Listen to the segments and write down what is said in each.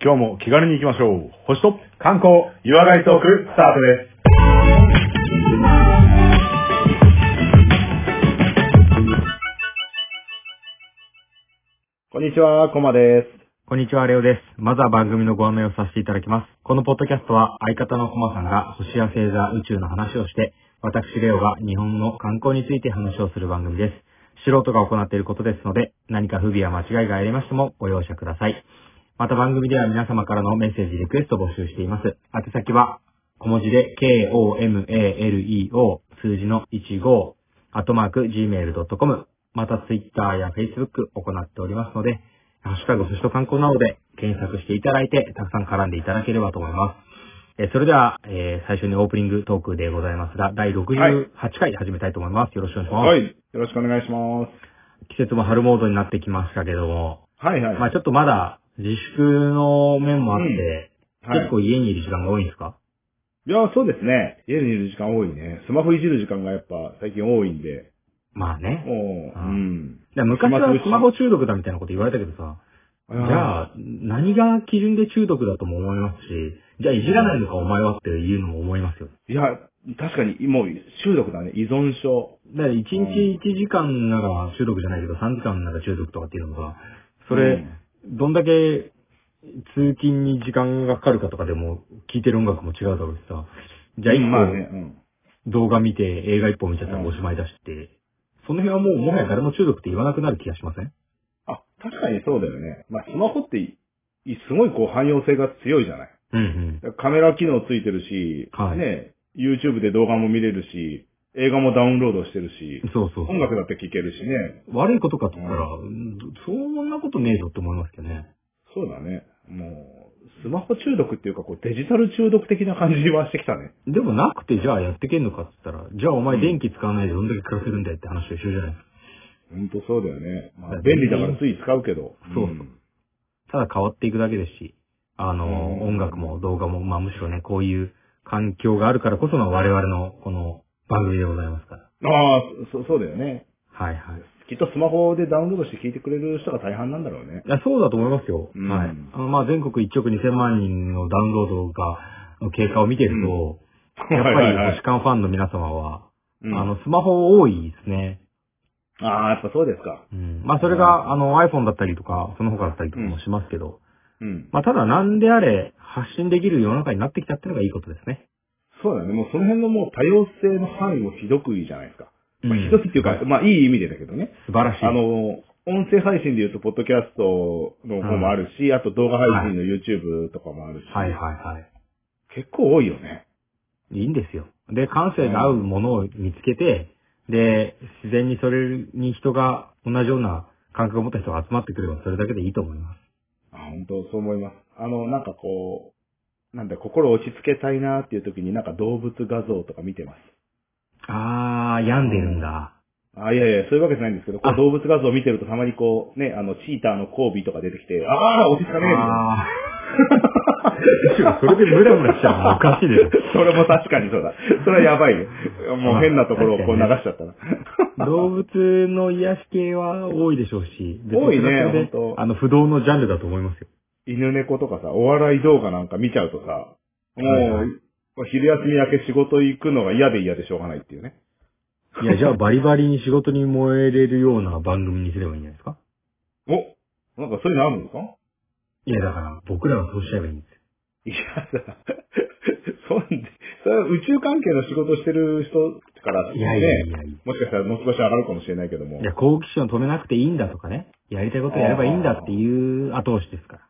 今日も気軽に行きましょう。星と観光、 湯上がりトーク、スタートです。こんにちは、コマです。 こんにちは、レオです。まずは番組のご案内をさせていただきます。このポッドキャストは相方のコマさんが星や星座、宇宙の話をして、私レオが日本の観光について話をする番組です。素人が行っていることですので、何か不備や間違いがありましてもご容赦ください。また番組では皆様からのメッセージリクエストを募集しています。宛先は小文字で KOMALEO 数字の15 @gmail.com また Twitter や Facebook 行っておりますので、ハッシュタグ星と観光などで検索していただいて、たくさん絡んでいただければと思います。それでは、最初にオープニングトークでございますが、第68回始めたいと思います。よろしくお願いします。 はい。よろしくお願いします。 季節も春モードになってきましたけども、 はいはい。 まあちょっとまだ自粛の面もあって、 はい、 結構家にいる時間が多いんですか？ いや、そうですね。家にいる時間多いね。スマホいじる時間がやっぱ最近多いんで。 まあね。 もう、 昔はスマホ中毒だみたいなこと言われたけどさ、じゃあ、何が基準で中毒だとも思いますし、じゃあいじらないのかお前はっていうのも思いますよ。 いや、確かにもう中毒だね。依存症。 だから1日1時間なら中毒じゃないけど3時間なら中毒とかっていうのが、それ、どんだけ通勤に時間がかかるかとかでも聴いてる音楽も違うだろうしさ、じゃあ一個、動画見て映画一本見ちゃったらおしまいだしって、その辺はもはや誰も中毒って言わなくなる気がしません？ あ、確かにそうだよね。まあスマホってすごいこう汎用性が強いじゃない。カメラ機能ついてるし、ね、YouTube で動画も見れるし、映画もダウンロードしてるし、音楽だって聴けるしね。 悪いことかと言ったら、そんなことねえぞって思いますけどね。 そうだね。もう、スマホ中毒っていうか、こう、デジタル中毒的な感じはしてきたね。 でもなくて、じゃあやってけんのかって言ったら、じゃあお前電気使わないでどんだけ暮らせるんだよって話と一緒じゃないですか。 ほんとそうだよね。まあ、便利だからつい使うけど。 ただ変わっていくだけですし、音楽も動画も、まあむしろね、こういう環境があるからこその我々のこの番組でございますから。 ああ、そうだよね。 はいはい。 きっとスマホでダウンロードして聞いてくれる人が大半なんだろうね。 いや、そうだと思いますよ。はい。まあ全国1億2000万人のダウンロードの経過を見てると、やっぱり星間ファンの皆様は、スマホ多いですね。 ああ、やっぱそうですか。 まあそれが、iPhone だったりとか、その他だったりとかもしますけど、まあただなんであれ、発信できる世の中になってきたっていうのがいいことですね。 そうだね。もうその辺のもう多様性の範囲もひどくいいじゃないですか。まあ、ひどくっていうか、まあいい意味でだけどね。 素晴らしい。 音声配信で言うと、ポッドキャストの方もあるし、あと動画配信の YouTube とかもあるし。結構多いよね。 いいんですよ。で、感性が合うものを見つけて、で、自然にそれに人が同じような感覚を持った人が集まってくればそれだけでいいと思います。 本当そう思います。なんかこう、なんだ、心を落ち着けたいなっていう時になんか動物画像とか見てます。 病んでるんだ。 いやいや、そういうわけじゃないんですけど、こう動物画像を見てるとたまにこう、ね、チーターの交尾とか出てきて、落ち着かねえみたいな。 それでムラムラしちゃうのおかしいです。 それも確かにそうだ。それはやばいね。もう変なところをこう流しちゃったな。 動物の癒し系は多いでしょうし。 多いね、本当。 不動のジャンルだと思いますよ。 犬猫とかさ、お笑い動画なんか見ちゃうとさ、もう、昼休み明け仕事行くのが嫌でしょうがないっていうね。 いや、じゃあバリバリに仕事に燃えれるような番組にすればいいんじゃないですか？ なんかそういうのあるんですか？ いや、だから僕らはそうしちゃえばいいんですよ。 いや、それは宇宙関係の仕事してる人からね、もしかしたらもう少し上がるかもしれないけども。 いや、好奇心を止めなくていいんだとかね、やりたいことやればいいんだっていう後押しですから。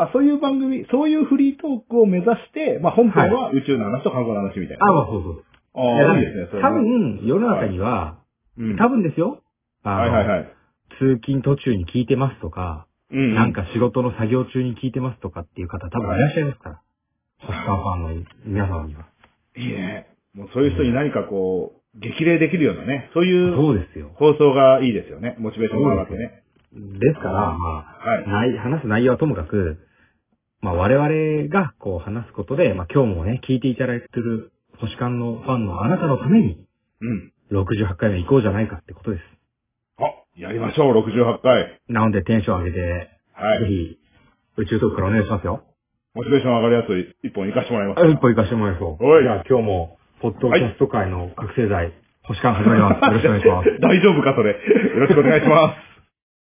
そういう番組、そういうフリートークを目指して、まあ本編は宇宙の話と観光の話みたいな。 まあそうそう。 いいですね、 多分、世の中には、多分ですよ。通勤途中に聞いてますとか、なんか仕事の作業中に聞いてますとかっていう方多分いらっしゃいますから。星間ファンの皆様には。 いいね。もうそういう人に何かこう、激励できるようなね、そういう放送がいいですよね。モチベーションが上がってね。 ですから、話す内容はともかく、我々がこう話すことで、今日もね、聞いていただいている星間のファンのあなたのために、68回目行こうじゃないかってことです。 やりましょう、68回。 なのでテンション上げて、ぜひ、 宇宙トークからお願いしますよ。 モチベーション上がりやすい一本行かしてもらいます。 一本行かしてもらいましょう。じゃあ今日も、ポッドキャスト界の覚醒剤、星間始まります。よろしくお願いします。 大丈夫かそれ。よろしくお願いします。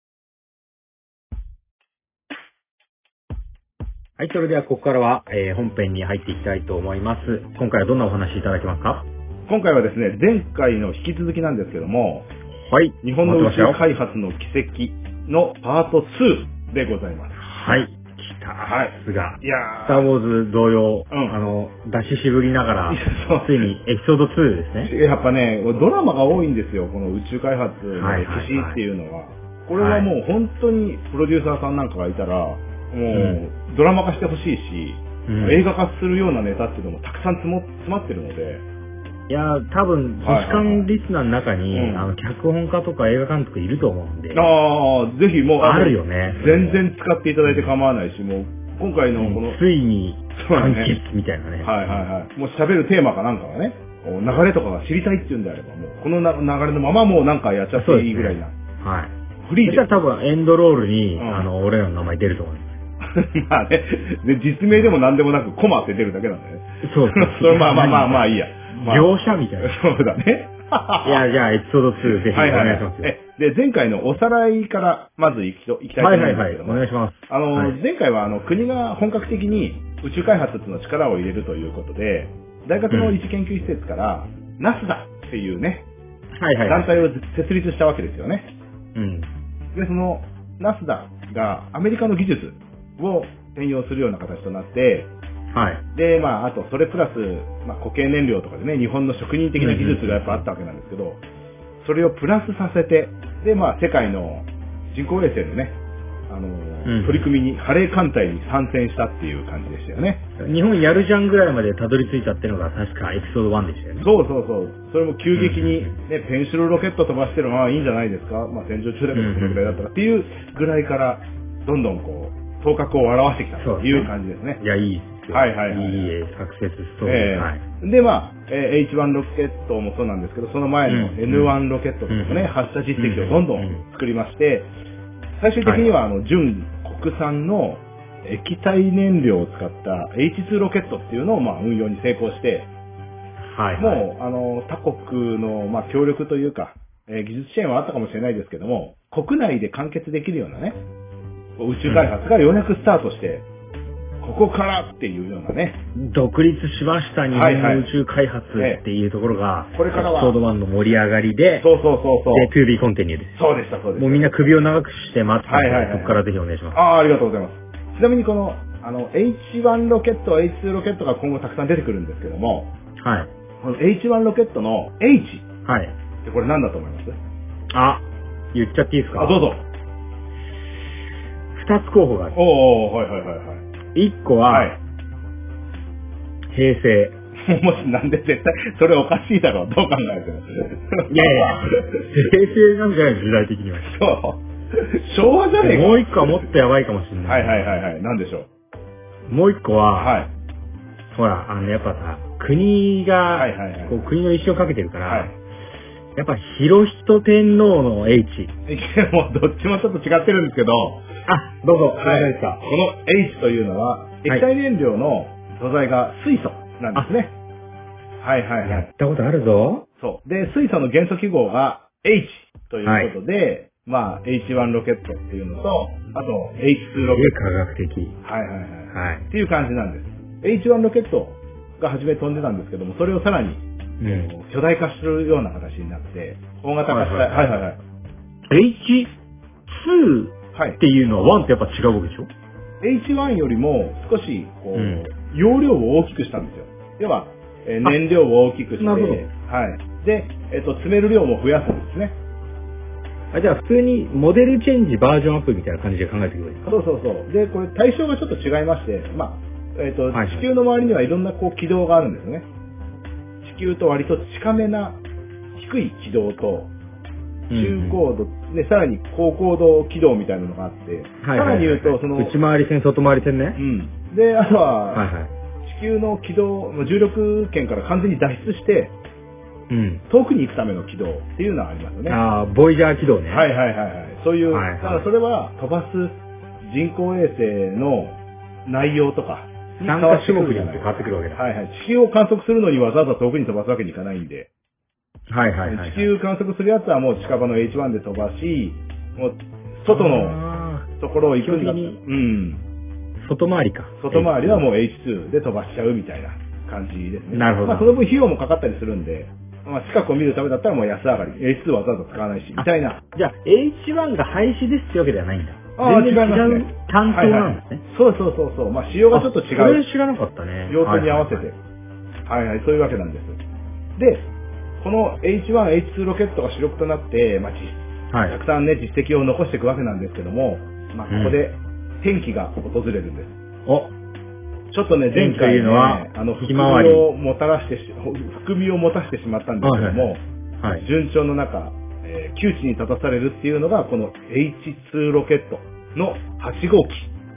はい、それではここからは、本編に入っていきたいと思います。今回はどんなお話いただけますか？ 今回はですね、前回の引き続きなんですけども、 はい。 日本の宇宙開発の奇跡のパート2でございます。 はい。来た。はい。すが。 いやスターウォーズ同様、出し渋りながら、ついにエピソード2ですね。 やっぱね、ドラマが多いんですよ、この宇宙開発の歴史っていうのは。これはもう本当にプロデューサーさんなんかがいたら、もう、ドラマ化してほしいし、映画化するようなネタっていうのもたくさん詰まってるので。 いや多分、星間リスナーの中に、脚本家とか映画監督いると思うんで。 ぜひもう、 あるよね。 全然使っていただいて構わないし、もう、今回のこの、 ついに、完結みたいなね。 もう喋るテーマかなんかがね、流れとかが知りたいっていうんであれば、もう、この流れのままもうなんかやっちゃっていいぐらいな。 はい。 フリーで。 じゃあ多分、エンドロールに、俺らの名前出ると思います。 まあね、実名でも何でもなくコマって出るだけなんだよね。 そうそれまあいいや。 業者みたいな。 そうだね。 いや、じゃあエピソード2ぜひお願いしますよ。 で、前回のおさらいからまず行きたいと思うんですけども。 お願いします。 前回は国が本格的に宇宙開発っていうの力を入れるということで、大学の理事研究施設から、ナスダっていうね、団体を設立したわけですよね。で、そのナスダがアメリカの技術を転用するような形となって、で、あと、それプラス、固形燃料とかでね、日本の職人的な技術がやっぱあったわけなんですけど、それをプラスさせて、で、世界の人工衛星のね、取り組みに、ハレー艦隊に参戦したっていう感じでしたよね。 日本やるじゃんぐらいまでたどり着いたっていうのが確かエピソード1でしたよね。 そう。それも急激に、ね、ペンシルロケット飛ばしてるのはいいんじゃないですか。戦場中だけどそれぐらいだったらっていうぐらいから、どんどんこう、頭角を現してきたという感じですね。 いや、いいですよ。いいサクセスストーリー。 で、H1 ロケットもそうなんですけど、その前の N1 ロケットとかもね、発射実績をどんどん作りまして、最終的には純国産の液体燃料を使った H2 ロケットっていうのを運用に成功して、もう他国の協力というか、技術支援はあったかもしれないですけども、国内で完結できるようなね、宇宙開発がようやくスタートして、ここからっていうようなね。 独立しました日本の宇宙開発っていうところが、 これからは、 エピソード1の盛り上がりで、 そう。 で、to be continue です。 そうでした。もうみんな首を長くして待ってたので、ここからぜひお願いします。 ありがとうございます。ちなみにこの、H1 ロケット、H2 ロケットが今後たくさん出てくるんですけども、この H1 ロケットの H。ってこれ何だと思います？ 言っちゃっていいですか？ どうぞ。 二つ候補がある。一個は、平成。 もしなんで絶対、それおかしいだろう。どう考えても。 いや、平成なんじゃない時代的には。 そう。昭和じゃねえか。 もう一個はもっとやばいかもしれない。 なんでしょう。もう一個は、ほら、やっぱさ、国が、国の意思をかけてるから、やっぱ、広人天皇の H。 もうどっちもちょっと違ってるんですけど、 どうぞ。 この H というのは、液体燃料の素材が水素なんですね。 やったことあるぞ。 そう。で、水素の元素記号が H ということで、H1 ロケットっていうのと、あと H2 ロケット。 科学的。 っていう感じなんです。H1 ロケットが初め飛んでたんですけども、それをさらに、巨大化するような形になって、大型化した。 H2 っていうのは1ってやっぱ違うわけでしょ？ H1 よりも少し、容量を大きくしたんですよ。要は、燃料を大きくして、で、積める量も増やすんですね。 じゃあ普通にモデルチェンジバージョンアップみたいな感じで考えていけばいいですか？ そう。で、これ対象がちょっと違いまして、地球の周りにはいろんな軌道があるんですね。地球と割と近めな低い軌道と、中高度、さらに高高度軌道みたいなのがあって、さらに言うと、 内回り線、外回り線ね。 で、あとは、地球の軌道、重力圏から完全に脱出して、遠くに行くための軌道っていうのはありますよね。 ボイジャー軌道ね。 そういう、ただそれは飛ばす人工衛星の内容とか、 参加種目によって変わってくるわけだ。 はいはい。地球を観測するのにわざわざ遠くに飛ばすわけにいかないんで。 はいはいはい。 地球観測するやつはもう近場の H1 で飛ばし、もう外のところを行くんだったら、うん。 外回りか。 外回りはもう H2 で飛ばしちゃうみたいな感じですね。 なるほど。 まあその分費用もかかったりするんで、まあ近くを見るためだったらもう安上がり。H2 はわざわざ使わないし、みたいな。 じゃあ H1 が廃止ですってわけではないんだ。 全然違う担当なんですね。 そう。まあ仕様がちょっと違う。 それ知らなかったね。 用途に合わせて。はいはい、そういうわけなんです。で、この H1、H2 ロケットが主力となって、まあ、たくさんね、実績を残していくわけなんですけども、まあ、ここで転機が訪れるんです。ちょっとね、前回のは、含みを持たしてしまったんですけども、順調の中、窮地に立たされるっていうのが、この H2 ロケットの8号機。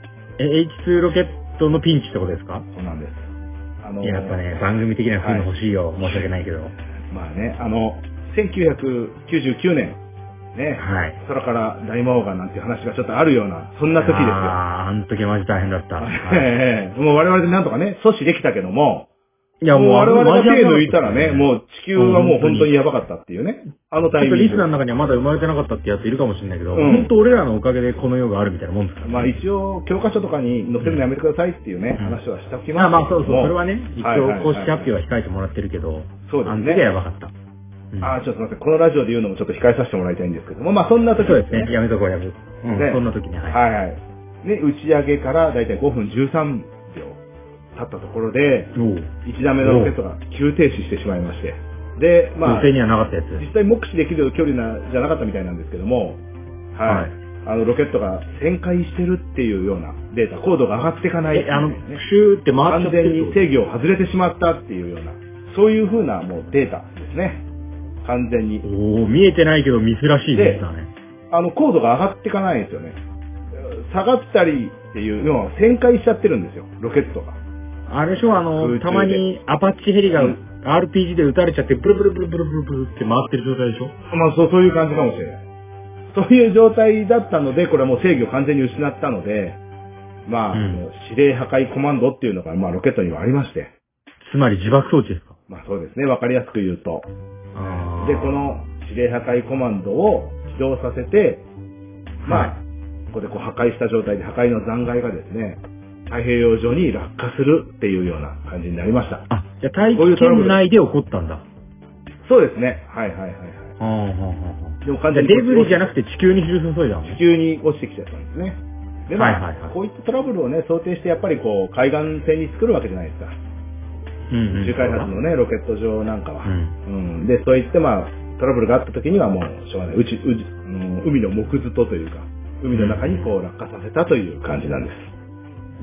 H2 ロケットのピンチってことですか？ そうなんです。 やっぱね、番組的にはそういうの欲しいよ。申し訳ないけど。 まあね、1999年、ね、空から大魔王がなんていう話がちょっとあるような、そんな時ですよ。 あの時マジ大変だった。 もう我々でなんとかね、阻止できたけども、 いやもう我々が手抜いたらね、もう地球はもう本当にやばかったっていうね。 タイミング。リスナーの中にはまだ生まれてなかったってやついるかもしれないけど、本当俺らのおかげでこの世があるみたいなもんですからね。 まあ一応、教科書とかに載せるのやめてくださいっていうね、話はしておきますけど。 まあそう、それはね、一応公式発表は控えてもらってるけど、 そうですね。 あの時はやばかった。 ちょっとすみません。このラジオで言うのもちょっと控えさせてもらいたいんですけども、まあそんな時ですね。やめとこう、そんな時に、 はい。で、打ち上げからだいたい5分13秒経ったところで、1段目のロケットが急停止してしまいまして。で、まあ、 にはなかったやつ。 実際目視できる距離じゃなかったみたいなんですけども、ロケットが旋回してるっていうようなデータ、高度が上がっていかない、 シューって回っちゃって完全に制御を外れてしまったっていうような、そういう風なもうデータですね。完全に。 見えてないけどミスらしいデータね。 高度が上がっていかないんですよね。下がったりっていうのは旋回しちゃってるんですよ、ロケットが。 あれでしょ、たまにアパッチヘリが RPG で撃たれちゃってブルブルブルブルブルブルって回ってる状態でしょ。 まあそういう感じかもしれない。そういう状態だったので、これはもう制御を完全に失ったので、まあ、指令破壊コマンドっていうのが、まあロケットにはありまして。 つまり自爆装置ですか？ まあそうですね、わかりやすく言うと。で、この指令破壊コマンドを起動させて、まあ、ここで破壊した状態で破壊の残骸がですね、太平洋上に落下するっていうような感じになりました。 じゃあ大気圏内で起こったんだ。 そうですね。はい。 でも完全にデブリじゃなくて地球に注いだの？ 地球に落ちてきちゃったんですね。で、まあ、こういったトラブルをね、想定してやっぱり海岸線に作るわけじゃないですか。宇宙開発のね、ロケット場なんかは。で、そういってまあ、トラブルがあった時にはもうしょうがない。海の木図というか、海の中に落下させたという感じなんです。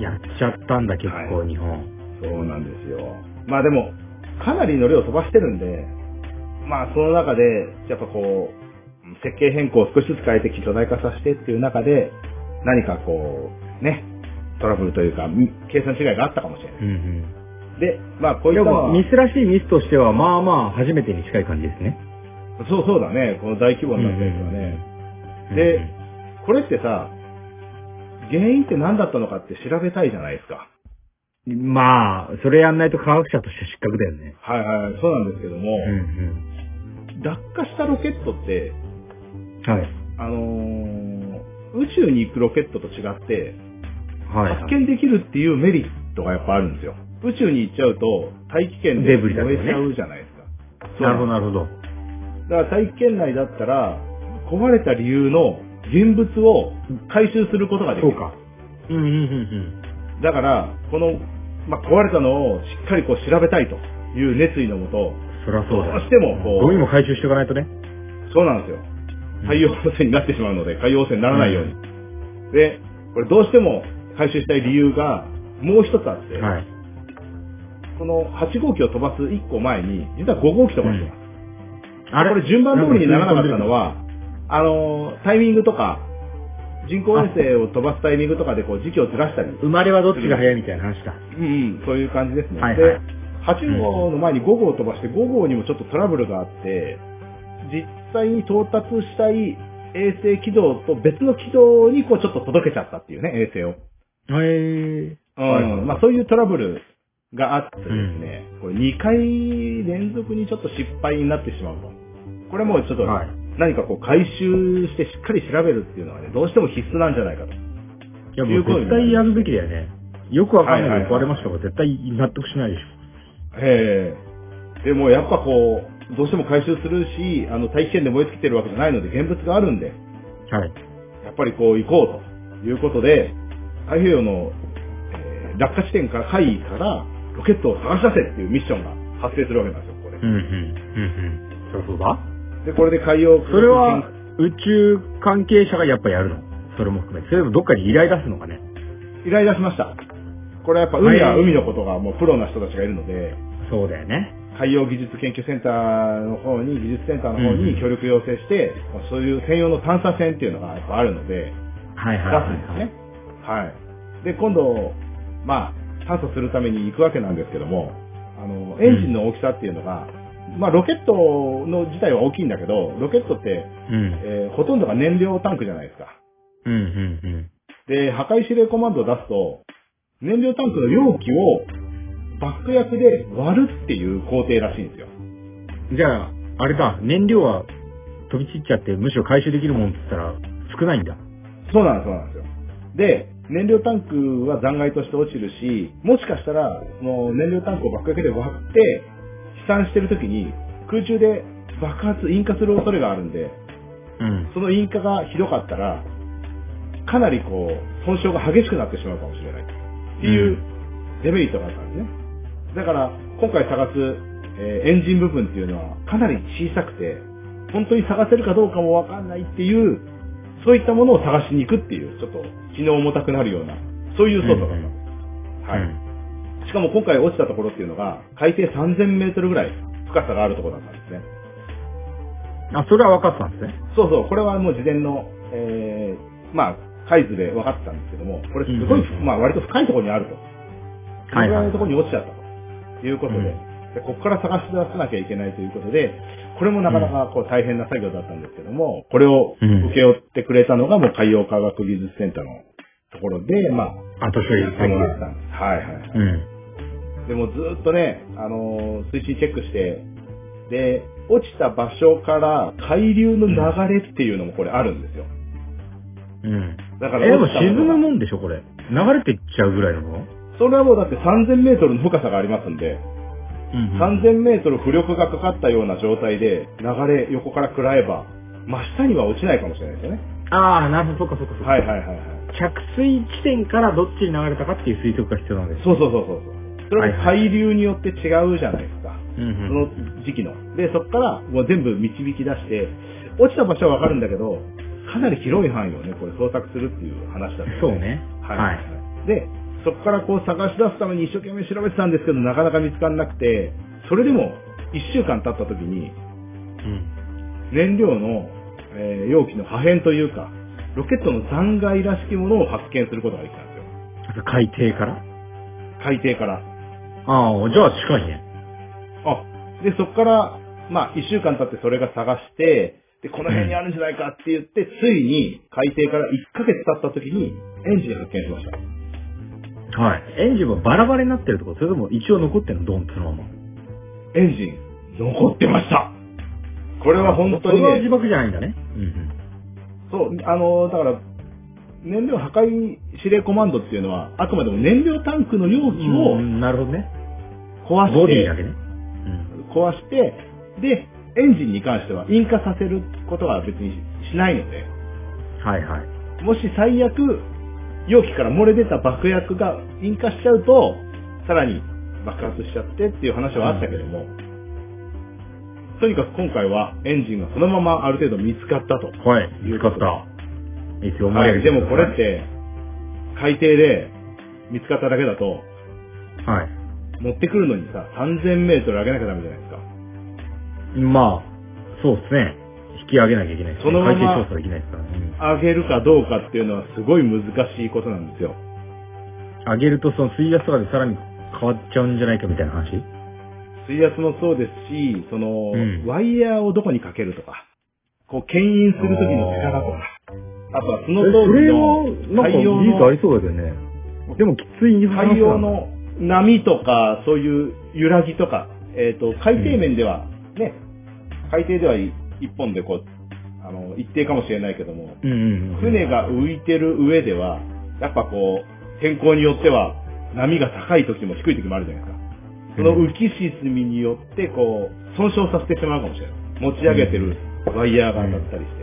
やっちゃったんだ、結構、日本。 そうなんですよ。まあでも、かなりの量飛ばしてるんで、まあその中で、やっぱ設計変更を少しずつ変えて巨大化させてっていう中で、何かね、トラブルというか、計算違いがあったかもしれない。で、まあこういったのはミスらしいミスとしては、まあまあ初めてに近い感じですね。 そうだね。この大規模になったやつはね。で、これってさ、原因って何だったのかって調べたいじゃないですか。 まあ、それやんないと科学者として失格だよね。 そうなんですけども、落下したロケットって、宇宙に行くロケットと違って、発見できるっていうメリットがやっぱあるんですよ。宇宙に行っちゃうと、大気圏で燃えちゃうじゃないですか。 なるほど。 だから大気圏内だったら、壊れた理由の現物を回収することができる。 そうか。 だから、壊れたのをしっかり調べたいという熱意のもと、 そりゃそうだ。 どうしてもゴミも回収しておかないとね。 そうなんですよ。海洋汚染になってしまうので、海洋汚染にならないように。で、これどうしても回収したい理由がもう一つあって、この8号機を飛ばす1個前に、実は5号機飛ばしてます。これ順番通りにならなかったのは、タイミングとか、人工衛星を飛ばすタイミングとかで時期をずらしたり。 生まれはどっちが早いみたいな話だ。 そういう感じですね。で、8号の前に5号を飛ばして、5号にもちょっとトラブルがあって、実際に到達したい衛星軌道と別の軌道にこうちょっと届けちゃったっていうね、衛星を。まあそういうトラブルがあってですね、これ2回連続にちょっと失敗になってしまうと。これもうちょっと何かこう回収してしっかり調べるっていうのはね、どうしても必須なんじゃないかと。 いやもう絶対やるべきだよね。よくわかんないけど壊れましたから絶対納得しないでしょ。でもやっぱこう、どうしても回収するし、大気圏で燃え尽きてるわけじゃないので現物があるんで、やっぱりこう行こうということで、太平洋の、落下地点から海域からロケットを探し出せっていうミッションが発生するわけなんですよ、これ。 そうだ。 で、これで海洋、 それは宇宙関係者がやっぱやるの？それも含めて。それともどっかに依頼出すのかね？ 依頼出しました。これはやっぱ海は海のことがもうプロな人たちがいるので、 そうだよね。 海洋技術研究センターの方に、技術センターの方に協力要請して、そういう専用の探査船っていうのがやっぱあるので、出すんですね。で、今度、まあ、探査するために行くわけなんですけども、エンジンの大きさっていうのが、まあ、ロケットの自体は大きいんだけど、ロケットって、ほとんどが燃料タンクじゃないですか。で、破壊指令コマンドを出すと、燃料タンクの容器をバック役で割るっていう工程らしいんですよ。 じゃあ、あれだ、燃料は飛び散っちゃって、むしろ回収できるもんって言ったら少ないんだ。 そうなんですよ。で、燃料タンクは残骸として落ちるし、もしかしたら、燃料タンクをバック役で割って、飛散してる時に空中で爆発、引火する恐れがあるんで、その引火がひどかったら、かなりこう、損傷が激しくなってしまうかもしれないっていうデメリットがあったんですね。だから、今回探す、エンジン部分っていうのはかなり小さくて、本当に探せるかどうかもわかんないっていう、そういったものを探しに行くっていう、ちょっと気の重たくなるような、そういう操作だったんです。しかも今回落ちたところっていうのが、海底3000メートルぐらい深さがあるところだったんですね。 あ、それは分かったんですね。 そう、これはもう事前の、まあ、海図で分かってたんですけども、これすごい、まあ割と深いところにあると。それぐらいのところに落ちちゃったということで、ここから探し出さなきゃいけないということで、これもなかなかこう大変な作業だったんですけども、これを請け負ってくれたのがもう海洋科学技術センターのところで、まあ、 後処理してもらったんです。でもずっとね、水深チェックして、で、落ちた場所から海流の流れっていうのもこれあるんですよ。 だからでも沈むもんでしょ、これ。流れていっちゃうぐらいのもの？ それはもうだって3000メートルの深さがありますんで、3000メートル浮力がかかったような状態で流れ横から食らえば、真下には落ちないかもしれないですよね。 ああ、なるほど、そうか。着水地点からどっちに流れたかっていう推測が必要なんです。 そう。それは海流によって違うじゃないですか。その時期の。で、そこからもう全部導き出して、落ちた場所はわかるんだけど、かなり広い範囲をね、これ捜索するっていう話だったんで。 そうね。 で、そこからこう探し出すために一生懸命調べてたんですけど、なかなか見つからなくて、それでも1週間経った時に、燃料の、容器の破片というか、ロケットの残骸らしきものを発見することができたんですよ。 海底から。ああ、じゃあ近いね。 で、そこから、まあ、1週間経ってそれが探して、で、この辺にあるんじゃないかって言って、ついに海底から1ヶ月経った時にエンジン発見しました。 エンジンはバラバラになってるところ、それとも一応残ってるの、ドンってそのまま。 エンジン、残ってました。これは本当にね。 これは自爆じゃないんだね。 そう、だから、燃料破壊指令コマンドっていうのは、あくまでも燃料タンクの容器を、 なるほどね。 壊して、 ボディだけね。 壊して、で、エンジンに関しては引火させることは別にしないので、もし最悪、容器から漏れ出た爆薬が引火しちゃうと、さらに爆発しちゃってっていう話はあったけども、とにかく今回はエンジンがそのままある程度見つかったと。 見つかった。 でもこれって、海底で見つかっただけだと、持ってくるのにさ、3000メートル上げなきゃダメじゃないですか。 まあ、そうですね。引き上げなきゃいけないですね。 そのまま海底調査できないですからね。 上げるかどうかっていうのはすごい難しいことなんですよ。 上げるとその水圧とかでさらに変わっちゃうんじゃないかみたいな話？ 水圧もそうですし、ワイヤーをどこにかけるとか。 こう、牽引するときの力とか、あとはその当時の海洋の、ありそうだよね。でもきつい海洋の波とか、そういう揺らぎとか、海底面では、ね、海底では一本でこう、一定かもしれないけども、船が浮いてる上では、やっぱこう、天候によっては、波が高い時も低い時もあるじゃないですか。その浮き沈みによって、こう、損傷させてしまうかもしれない。持ち上げてるワイヤーが当たったりして。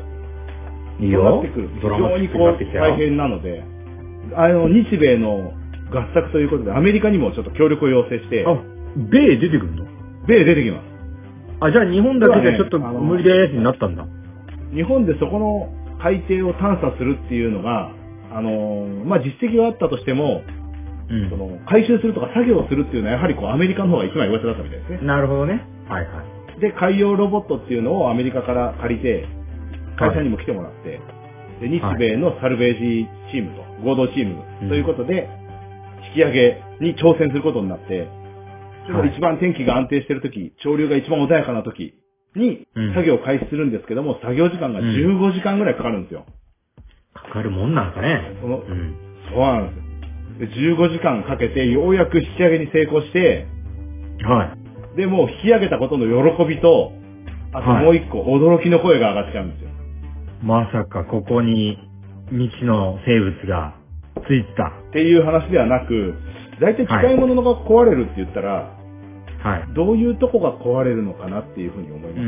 そうなってくる。非常にこう、大変なので、日米の合作ということで、アメリカにもちょっと協力を要請して。 あ、米出てくるの？ 米出てきます。 あ、じゃあ日本だけでちょっと無理ですになったんだ。 日本でそこの海底を探査するっていうのが、まあ、実績はあったとしても、その回収するとか作業をするっていうのはやはりこうアメリカの方が一枚上手だったみたいですね。 なるほどね。はいはい。 で、海洋ロボットっていうのをアメリカから借りて、会社にも来てもらって、で、日米のサルベージチームと、合同チームということで、引き上げに挑戦することになって、一番天気が安定しているとき、潮流が一番穏やかなときに作業を開始するんですけども、作業時間が15時間ぐらいかかるんですよ。 かかるもんなんかね。 そうなんです。15時間かけてようやく引き上げに成功して、 はい。 で、もう引き上げたことの喜びと、あともう一個驚きの声が上がっちゃうんですよ。 まさかここに未知の生物がついてた。 っていう話ではなく、大体機械物が壊れるって言ったら、 はい。 どういうとこが壊れるのかなっていうふうに思います。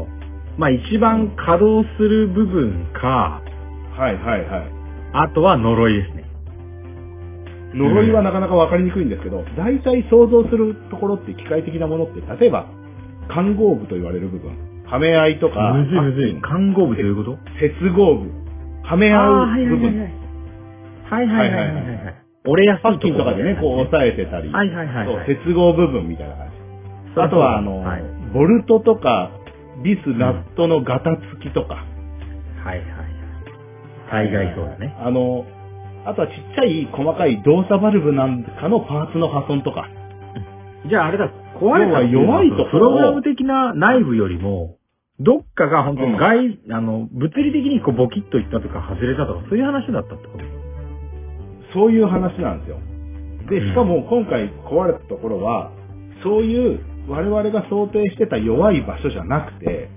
まあ一番稼働する部分か、 はいはいはい。 あとは呪いですね。 呪いはなかなか分かりにくいんですけど、大体想像するところって機械的なものって、例えば、環合部と言われる部分、はめ合いとか、 むずいむずい。環合部ということ？ 接合部、はめ合う部分。 はいはいはいはい。折れやすいパッキンとかでね、こう押さえてたり、 はいはいはい。 そう、接合部分みたいな感じ。あとはボルトとか、ビス、ナットのガタつきとか。 はいはいはい。大概そうだね。 あとはちっちゃい細かい動作バルブなんかのパーツの破損とか。 じゃああれだ、壊れた弱いところプログラム的な内部よりも、どっかが本当に物理的にこうボキッといったとか外れたとか、そういう話だったってこと？ そういう話なんですよ。で、しかも今回壊れたところは、そういう我々が想定してた弱い場所じゃなくて、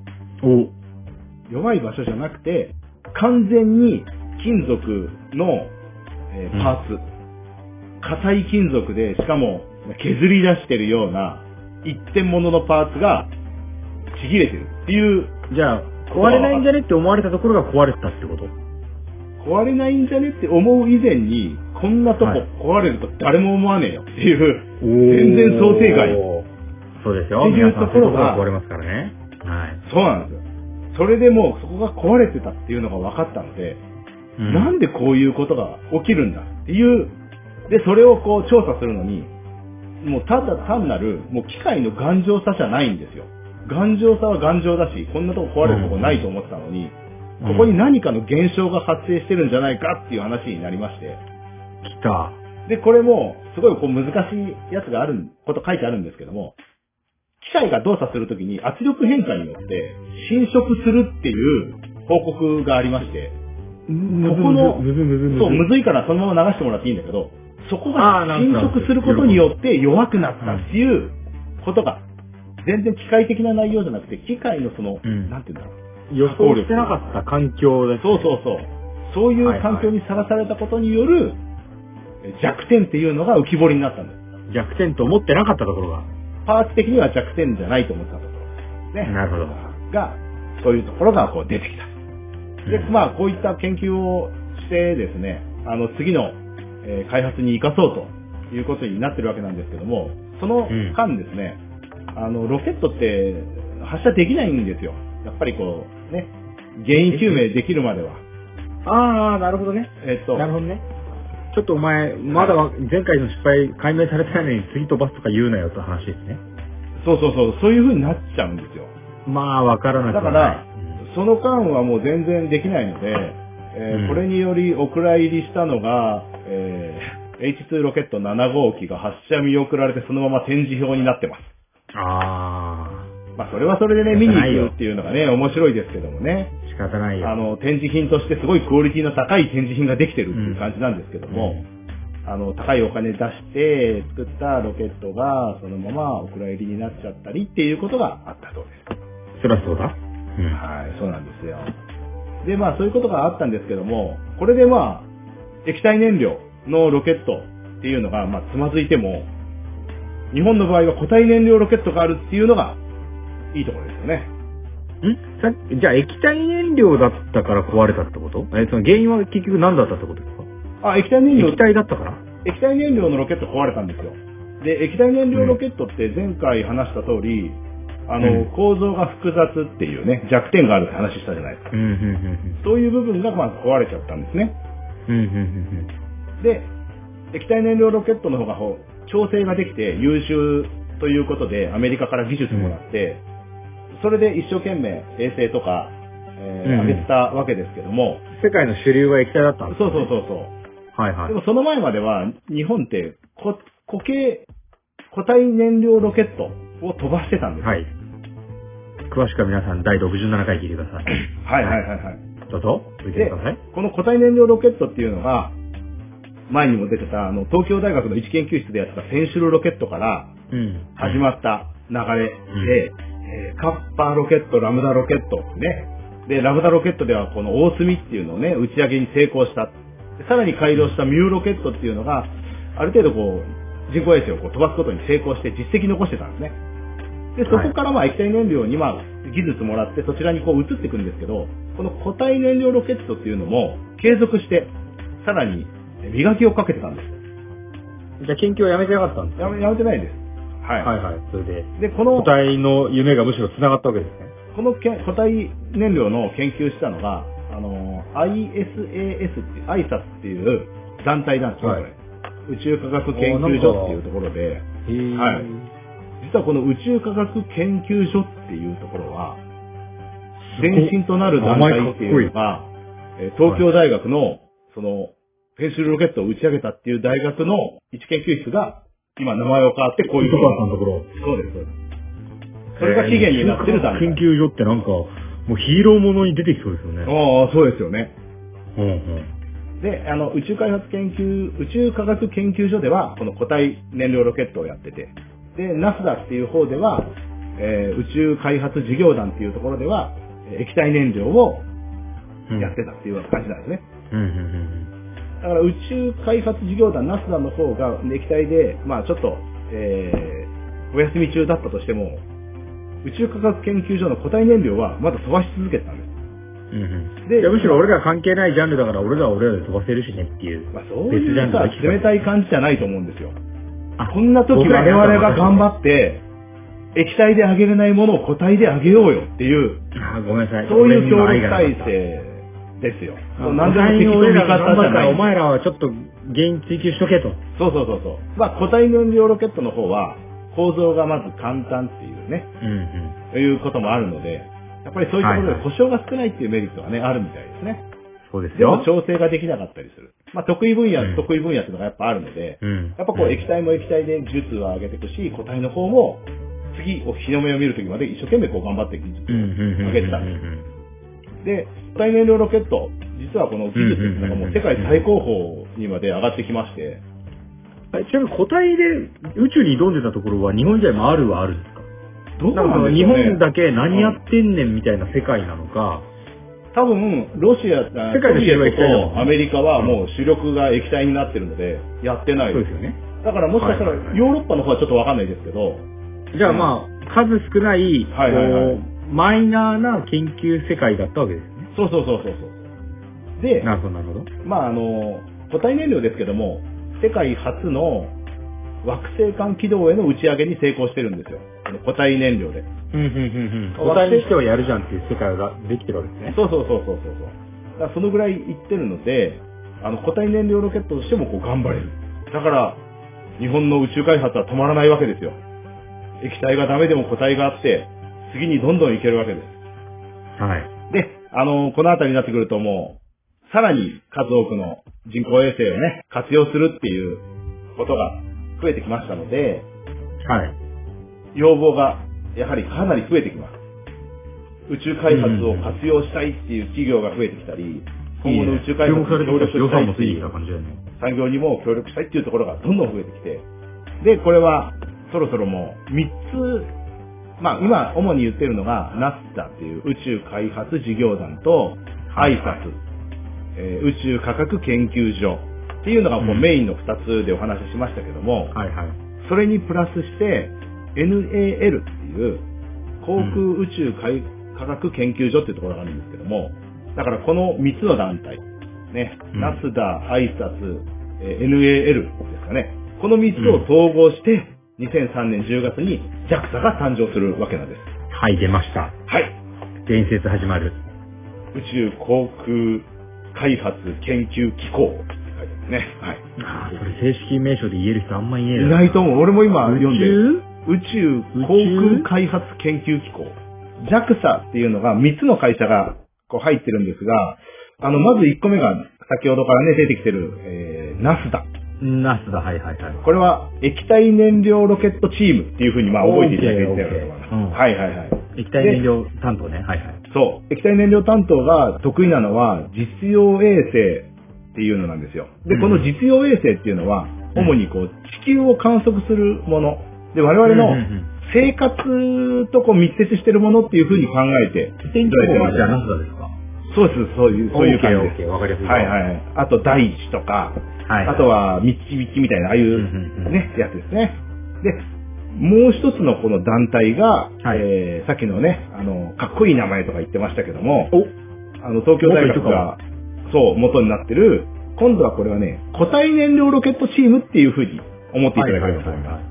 弱い場所じゃなくて、完全に金属の、パーツ、硬い金属で、しかも削り出してるような一点物のパーツがちぎれてるっていう。 じゃあ、壊れないんじゃねって思われたところが壊れてたってこと？ 壊れないんじゃねって思う以前に、こんなとこ壊れると誰も思わねえよっていう、全然想定外。 そうですよ。 っていうところが壊れますからね。はい。 そうなんですよ。それでもうそこが壊れてたっていうのが分かったので、なんでこういうことが起きるんだっていう、で、それをこう調査するのに、もうただ単なる、もう機械の頑丈さじゃないんですよ。頑丈さは頑丈だし、こんなとこ壊れるとこないと思ってたのに、ここに何かの現象が発生してるんじゃないかっていう話になりまして。 来た。 で、これも、すごいこう難しいやつがある、こと書いてあるんですけども、機械が動作するときに圧力変化によって侵食するっていう報告がありまして、ここの、そう、むずいからそのまま流してもらっていいんだけど、そこが侵食することによって弱くなったっていうことが、全然機械的な内容じゃなくて、機械のその、なんていうんだろう。 予想してなかった環境です、 ね。そういう環境にさらされたことによる弱点っていうのが浮き彫りになったんです。 弱点と思ってなかったところが。 パーツ的には弱点じゃないと思ったところですね。 なるほど。 が、そういうところがこう出てきた。で、まあ、こういった研究をしてですね、次の、開発に生かそうということになってるわけなんですけども、その間ですね、ロケットって発射できないんですよ。やっぱりこう、ね、原因究明できるまでは。 ああ、なるほどね。なるほどね。ちょっとお前、まだ前回の失敗解明されてないのに次飛ばすとか言うなよって話ですね。 そういう風になっちゃうんですよ。 まあ、わからなくはない。だから、その間はもう全然できないので、これによりお蔵入りしたのが、H2 ロケット7号機が発射見送られてそのまま展示表になってます。 まあそれはそれでね、見に行くっていうのがね、面白いですけどもね。 仕方ないよ。 展示品としてすごいクオリティの高い展示品ができてるっていう感じなんですけども、高いお金出して作ったロケットがそのままお蔵入りになっちゃったりっていうことがあったそうです。 そりゃそうだ。 はい、そうなんですよ。で、まあそういうことがあったんですけども、これでまあ、液体燃料のロケットっていうのが、まあつまずいても、日本の場合は固体燃料ロケットがあるっていうのが、いいところですよね。 じゃあ液体燃料だったから壊れたってこと？その原因は結局何だったってことですか？ 液体燃料。 液体だったから？ 液体燃料のロケット壊れたんですよ。で、液体燃料ロケットって前回話した通り、構造が複雑っていうね、弱点があるって話したじゃないですか。そういう部分がまあ壊れちゃったんですね。で、液体燃料ロケットの方が調整ができて優秀ということでアメリカから技術もらって、それで一生懸命衛星とか、上げてたわけですけども。 世界の主流は液体だったんですか？ そう。はいはい。でもその前までは日本って固体燃料ロケットを飛ばしてたんですよ。はい。 詳しくは皆さん第67回聞いてください。 はい。 どうぞ、聞いてください。 この固体燃料ロケットっていうのが、前にも出てた東京大学の一研究室でやってたペンシルロケットから始まった流れで、カッパーロケット、ラムダロケットね。で、ラムダロケットではこの大隅っていうのをね、打ち上げに成功した。さらに改良したミューロケットっていうのが、ある程度人工衛星を飛ばすことに成功して実績残してたんですね。で、そこから液体燃料に技術もらってそちらに移っていくんですけど、この固体燃料ロケットっていうのも継続して、さらに磨きをかけてたんです。 じゃあ研究はやめてなかったんですか？ やめてないです。はい。 それで、この固体の夢がむしろ繋がったわけですね。 この固体燃料の研究したのが、ISAS っていう団体なんですよ、これ。宇宙科学研究所っていうところで、はい。実はこの宇宙科学研究所っていうところは、前身となる団体っていうのが、東京大学の、ペンシルロケットを打ち上げたっていう大学の一研究室が、今名前を変わってこういうところ。そうです。それが起源になってる団体。 研究所ってなんか、もうヒーローものに出てきそうですよね。 そうですよね。で、宇宙科学研究所では、この固体燃料ロケットをやってて、で、NASDA っていう方では、宇宙開発事業団っていうところでは、液体燃料をやってたっていう感じなんですね。だから宇宙開発事業団 NASDA の方が液体で、ちょっと、お休み中だったとしても、宇宙科学研究所の固体燃料はまだ飛ばし続けてたんです。 で、むしろ俺ら関係ないジャンルだから俺らは俺らで飛ばせるしねっていう。 そういうさ、冷たい感じじゃないと思うんですよ。こんな時我々が頑張って、液体で上げれないものを固体で上げようよっていう、 ごめんなさい。 そういう協力体制ですよ。 何でも敵と味方じゃない。お前らはちょっと原因追求しとけと。 そう。固体燃料ロケットの方は、構造がまず簡単っていうね、いうこともあるので、やっぱりそういうところで故障が少ないっていうメリットはね、あるみたいですね。 そうですよ。 でも調整ができなかったりする。得意分野っていうのがやっぱあるので、やっぱ液体も液体で技術は上げていくし、固体の方も次日の目を見るときまで一生懸命頑張って技術を上げてたんです。で、固体燃料ロケット、実はこの技術っていうのがもう世界最高峰にまで上がってきまして、 ちなみに固体で宇宙に挑んでたところは日本じゃ今あるんですか？どうなんですかね。日本だけ何やってんねんみたいな世界なのか、 多分、ロシア、 世界の主流は液体とアメリカはもう主力が液体になってるので、やってないです。 そうですよね。 だからもしかしたらヨーロッパの方はちょっとわかんないですけど。 じゃあ数少ない、マイナーな研究世界だったわけですね。 そう。で、 なるほど。 固体燃料ですけども、世界初の惑星間軌道への打ち上げに成功してるんですよ。固体燃料で。 固体にしてはやるじゃんっていう世界ができてるわけですね。 そう。だからそのぐらいいってるので、固体燃料ロケットとしても頑張れる。だから、日本の宇宙開発は止まらないわけですよ。液体がダメでも固体があって、次にどんどんいけるわけです。 はい。 で、このあたりになってくるともう、さらに数多くの人工衛星をね、活用するっていうことが増えてきましたので、 はい。 要望がやはりかなり増えてきます。宇宙開発を活用したいっていう企業が増えてきたり、今後の宇宙開発に協力したいっていう産業にも協力したいっていうところがどんどん増えてきて、で、これはそろそろもう3つ、まあ今主に言ってるのが NASA っていう宇宙開発事業団と ISAS、宇宙科学研究所っていうのがこうメインの2つでお話ししましたけども、それにプラスして NAL っていう航空宇宙科学研究所っていうところがあるんですけども、だからこの3つの団体、ね、NASA、ISAS、NAL ですかね、この3つを統合して、2003年10月に JAXA が誕生するわけなんです。 はい、出ました。 はい。 伝説始まる。 宇宙航空開発研究機構って書いてますね。はい。 ああ、それ正式名称で言える人あんまいねえな。 いないと思う。俺も今読んでる。宇宙航空開発研究機構。JAXA っていうのが3つの会社がこう入ってるんですが、まず1個目が先ほどからね出てきてる、NASA。 ナスだ、はいはいはい。 これは液体燃料ロケットチームっていうふうにまあ覚えていただければと思います。はいはいはい。 液体燃料担当ね。はいはい。 そう。液体燃料担当が得意なのは実用衛星っていうのなんですよ。で、この実用衛星っていうのは主にこう地球を観測するもの。で、我々の生活とこう密接してるものっていうふうに考えていただいてます。 じゃあナスダですか？ そうです。そういう感じです。 わかりやすい。 はいはい。あと大地とか、あとは導きみたいな、ああいうね、やつですね。で、もう一つのこの団体が、さっきのね、かっこいい名前とか言ってましたけども、東京大学が、そう、元になってる、今度はこれはね、固体燃料ロケットチームっていうふうに思っていただければと思います。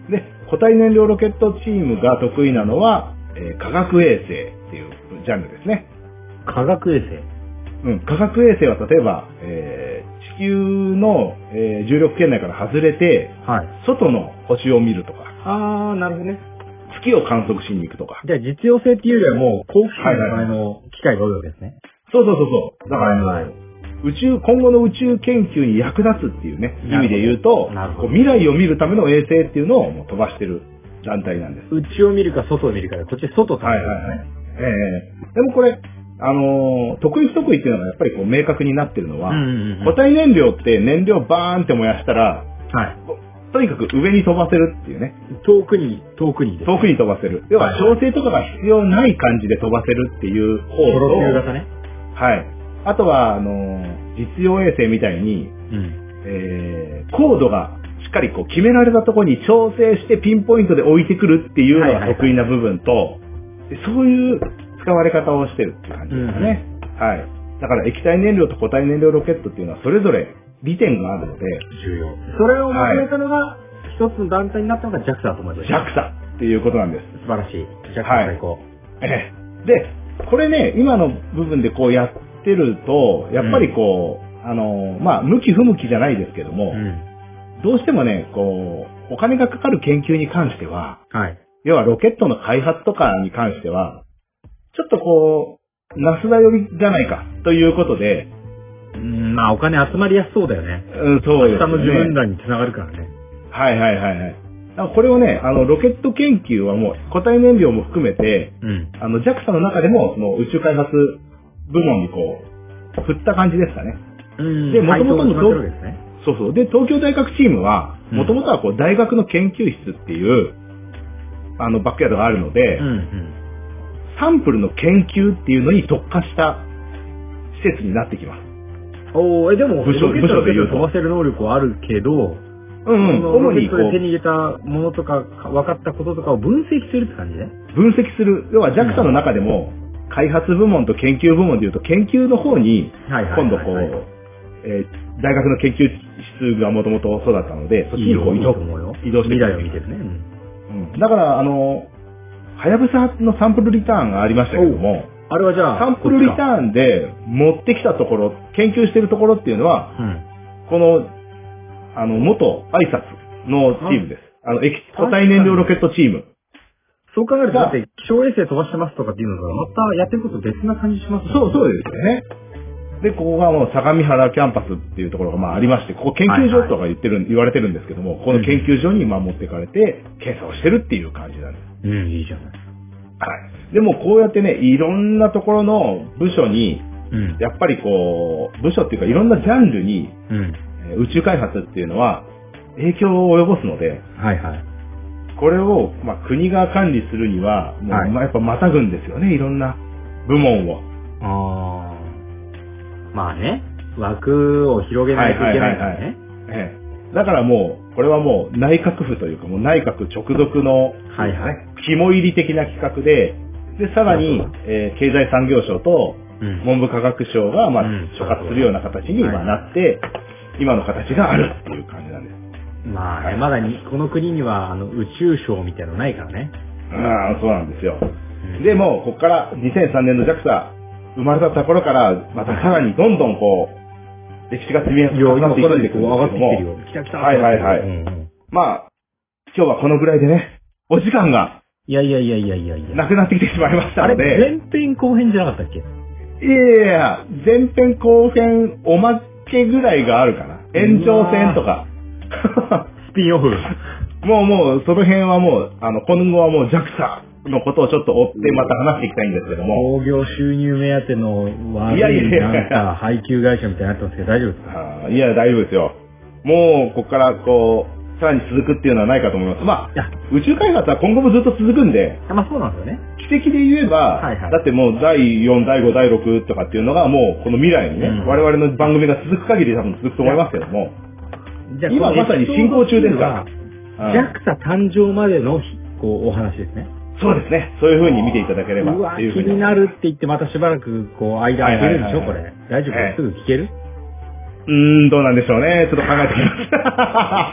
で、固体燃料ロケットチームが得意なのは、化学衛星っていうジャンルですね。 化学衛星？ うん、化学衛星は例えば、地球の、重力圏内から外れて、外の星を見るとか。 あー、なるほどね。 月を観測しに行くとか。 じゃあ実用性っていうよりはもう、好奇心のための機械が多いわけですね。 そう。だから、今後の宇宙研究に役立つっていうね、意味で言うと、こう未来を見るための衛星っていうのをもう飛ばしてる団体なんです。 内を見るか外を見るかで、こっち外と。 でもこれ、得意不得意っていうのがやっぱりこう明確になってるのは、固体燃料って燃料バーンって燃やしたら、とにかく上に飛ばせるっていうね。 遠くに飛ばせる。要は調整とかが必要ない感じで飛ばせるっていう方と、 プロ級型ね。 はい。あとは、実用衛星みたいに、高度がしっかりこう決められたところに調整してピンポイントで置いてくるっていうのが得意な部分と、そういう使われ方をしてるっていう感じですかね。はい。だから液体燃料と固体燃料ロケットっていうのはそれぞれ利点があるので。 重要。それをまとめたのが、一つの団体になったのが JAXA だと思います。 JAXA っていうことなんです。 素晴らしい。JAXA 最高。 で、これね、今の部分でこうやってると、やっぱりこう、まあ、向き不向きじゃないですけども、どうしてもね、こう、お金がかかる研究に関しては、要はロケットの開発とかに関しては、ちょっとこう、ナスダ寄りじゃないかということで、 まあお金集まりやすそうだよね。 そうですね。 明日の自分らにつながるからね。 これをね、ロケット研究はもう固体燃料も含めて、JAXA の中でもその宇宙開発部門にこう、振った感じですかね。 で、 もともとので、東京大学チームは、もともとはこう、大学の研究室っていう、バックヤードがあるので、サンプルの研究っていうのに特化した施設になってきます。 でも、ロケットで飛ばせる能力はあるけど、主にこう、手に入れたものとか、分かったこととかを分析するって感じね。 分析する。要は JAXA の中でも、開発部門と研究部門でいうと、研究の方に、今度こう、大学の研究室がもともとそうだったので、そっちにこう移動して未来を見てるね。 だから、はやぶさのサンプルリターンがありましたけども、 あれはじゃあ、 サンプルリターンで持ってきたところ、研究してるところっていうのは、この、元ISASのチームです。固体燃料ロケットチーム。 そう考えると、だって気象衛星飛ばしてますとかっていうのが、またやってること別な感じしますね。 そうですよね。 で、ここがもう相模原キャンパスっていうところがまあありまして、ここ研究所とか言われてるんですけども、この研究所にまあ持っていかれて、検査をしてるっていう感じなんです。 いいじゃない。 はい。でもこうやってね、いろんなところの部署に、やっぱりこう、部署っていうかいろんなジャンルに、宇宙開発っていうのは影響を及ぼすので、これを、まあ、国が管理するには、もうまあ、やっぱまたぐんですよね、いろんな部門を。 まあね、枠を広げないといけないからね。 だからもう、これはもう内閣府というか、もう内閣直属の、肝入り的な企画で、さらに、経済産業省と文部科学省が、まあ、所轄するような形になって、今の形があるっていう感じなんです。 まあね、まだこの国には宇宙省みたいなのないからね。 そうなんですよ。でも、ここから2003年の JAXA 生まれたところから、またさらにどんどんこう、歴史が積み重なっていくんですけども。 上がってきてるよ。来た。 まあ、今日はこのぐらいでね、お時間が。 いや。 なくなってきてしまいましたので。 あれ、前編後編じゃなかったっけ？ いや、前編後編おまけぐらいがあるかな。延長戦とか。 スピンオフ。 もう、その辺はもう、今後はもう JAXA のことをちょっと追ってまた話していきたいんですけども。 興行収入目当ての悪いなんか配給会社みたいになってますけど大丈夫ですか？ いや、大丈夫ですよ。もう、ここからこう、さらに続くっていうのはないかと思います。まあ、宇宙開発は今後もずっと続くんで。 そうなんですよね。 奇跡で言えば、だってもう第4、第5、第6とかっていうのがもうこの未来にね、我々の番組が続く限り多分続くと思いますけども。今まさに進行中ですから。 JAXA 誕生までのこうお話ですね。 そうですね。そういう風に見ていただければっていう風に。 気になるって言ってまたしばらくこう間空けるんでしょ、これ。大丈夫？すぐ聞ける？ どうなんでしょうね。ちょっと考えてきます。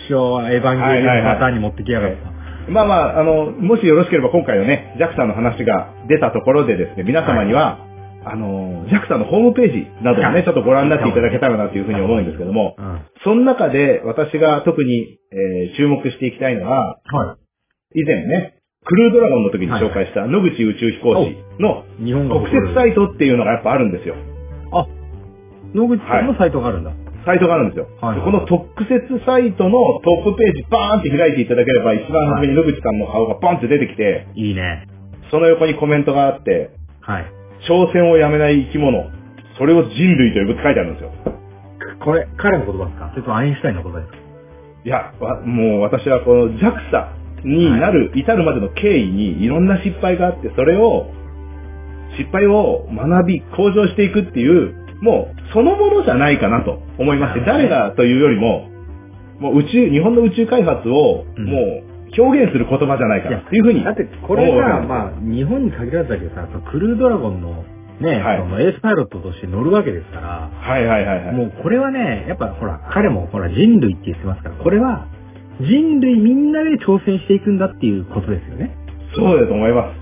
エヴァンゲリオンのパターンに持ってきやがった。 まあ、もしよろしければ今回のね、JAXA の話が出たところでですね、皆様には、JAXA のホームページなどをね、ちょっとご覧になっていただけたらなというふうに思うんですけども、その中で私が特に、注目していきたいのは、以前ね、クルードラゴンの時に紹介した野口宇宙飛行士の特設サイトっていうのがやっぱあるんですよ。 野口さんのサイトがあるんだ。 サイトがあるんですよ。この特設サイトのトップページバーンって開いていただければ一番初めに野口さんの顔がバンって出てきて、 いいね。 その横にコメントがあって、挑戦をやめない生き物、それを人類と呼ぶって書いてあるんですよ。 これ、彼の言葉ですか？それとアインシュタインの言葉ですか？ いや、もう私はこの JAXA に至るまでの経緯にいろんな失敗があって、失敗を学び、向上していくっていう、もう、そのものじゃないかなと思いまして、誰がというよりも、もう日本の宇宙開発を、もう、表現する言葉じゃないかなっていうふうに。 だって、これが、まあ、日本に限らずだけどさ、クルードラゴンのね、そのエースパイロットとして乗るわけですから、もうこれはね、やっぱほら、彼もほら、人類って言ってますから、これは、人類みんなで挑戦していくんだっていうことですよね。 そうだと思います。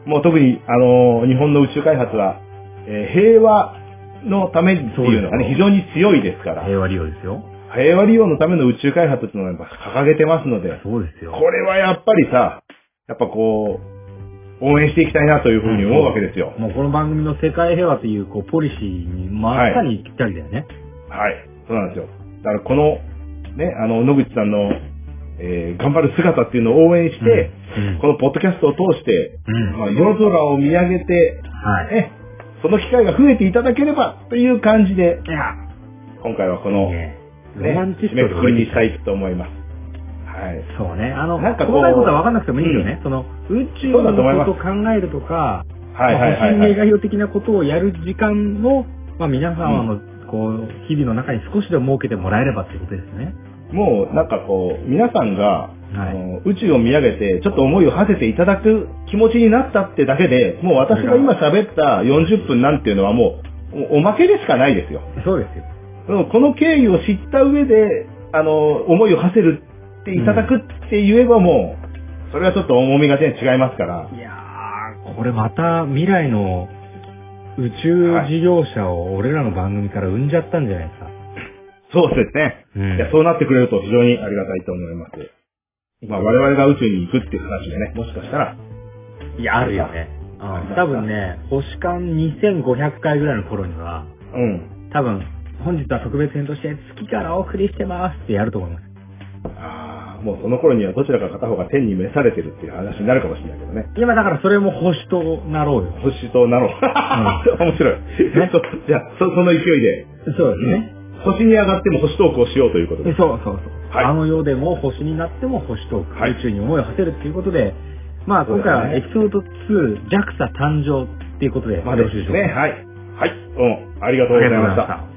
もう特に、日本の宇宙開発は、平和のためっていうのがね、非常に強いですから。 平和利用ですよ。 平和利用のための宇宙開発っていうのをやっぱ掲げてますので。 そうですよ。 これはやっぱりさ、やっぱこう、応援していきたいなというふうに思うわけですよ。 もうこの番組の世界平和というポリシーにまさにぴったりだよね。 そうなんですよ。だからこの、ね、野口さんの、頑張る姿っていうのを応援して、このポッドキャストを通して、夜空を見上げて、その機会が増えていただければという感じで、今回はこの、締めくくりにしたいと思います。 そうね。なんか細かいことは分かんなくてもいいよね。その、宇宙のことを考えるとか、星名概要的なことをやる時間を、皆様の、こう、日々の中に少しでも設けてもらえればっていうことですね。 もう、なんかこう、皆さんが、宇宙を見上げて、ちょっと思いを馳せていただく気持ちになったってだけで、もう私が今喋った40分なんていうのはもう、おまけでしかないですよ。 そうですよ。 この経緯を知った上で、思いを馳せるっていただくって言えばもう、それはちょっと重みが全然違いますから。 いやー、これまた未来の宇宙事業者を俺らの番組から生んじゃったんじゃないですか。 そうですね。いや、そうなってくれると非常にありがたいと思います。我々が宇宙に行くっていう話でね、もしかしたら。 いや、あるよね。多分ね、星間2500回ぐらいの頃には、 多分、本日は特別編として月からお送りしてますってやると思います。 もうその頃にはどちらか片方が天に召されてるっていう話になるかもしれないけどね。 今だからそれも星となろうよ。 星となろう。面白い。ね、じゃあ、その勢いで。 そうですね。 星に上がっても星トークをしようということで。 そう。はい、あの世でも星になっても星トーク。宇宙に思いを馳せるっていうことで、まあ今回はエピソード2、JAXA 誕生っていうことで、 まあよろしいでしょうか。ね、はい。はい、どうもありがとうございました。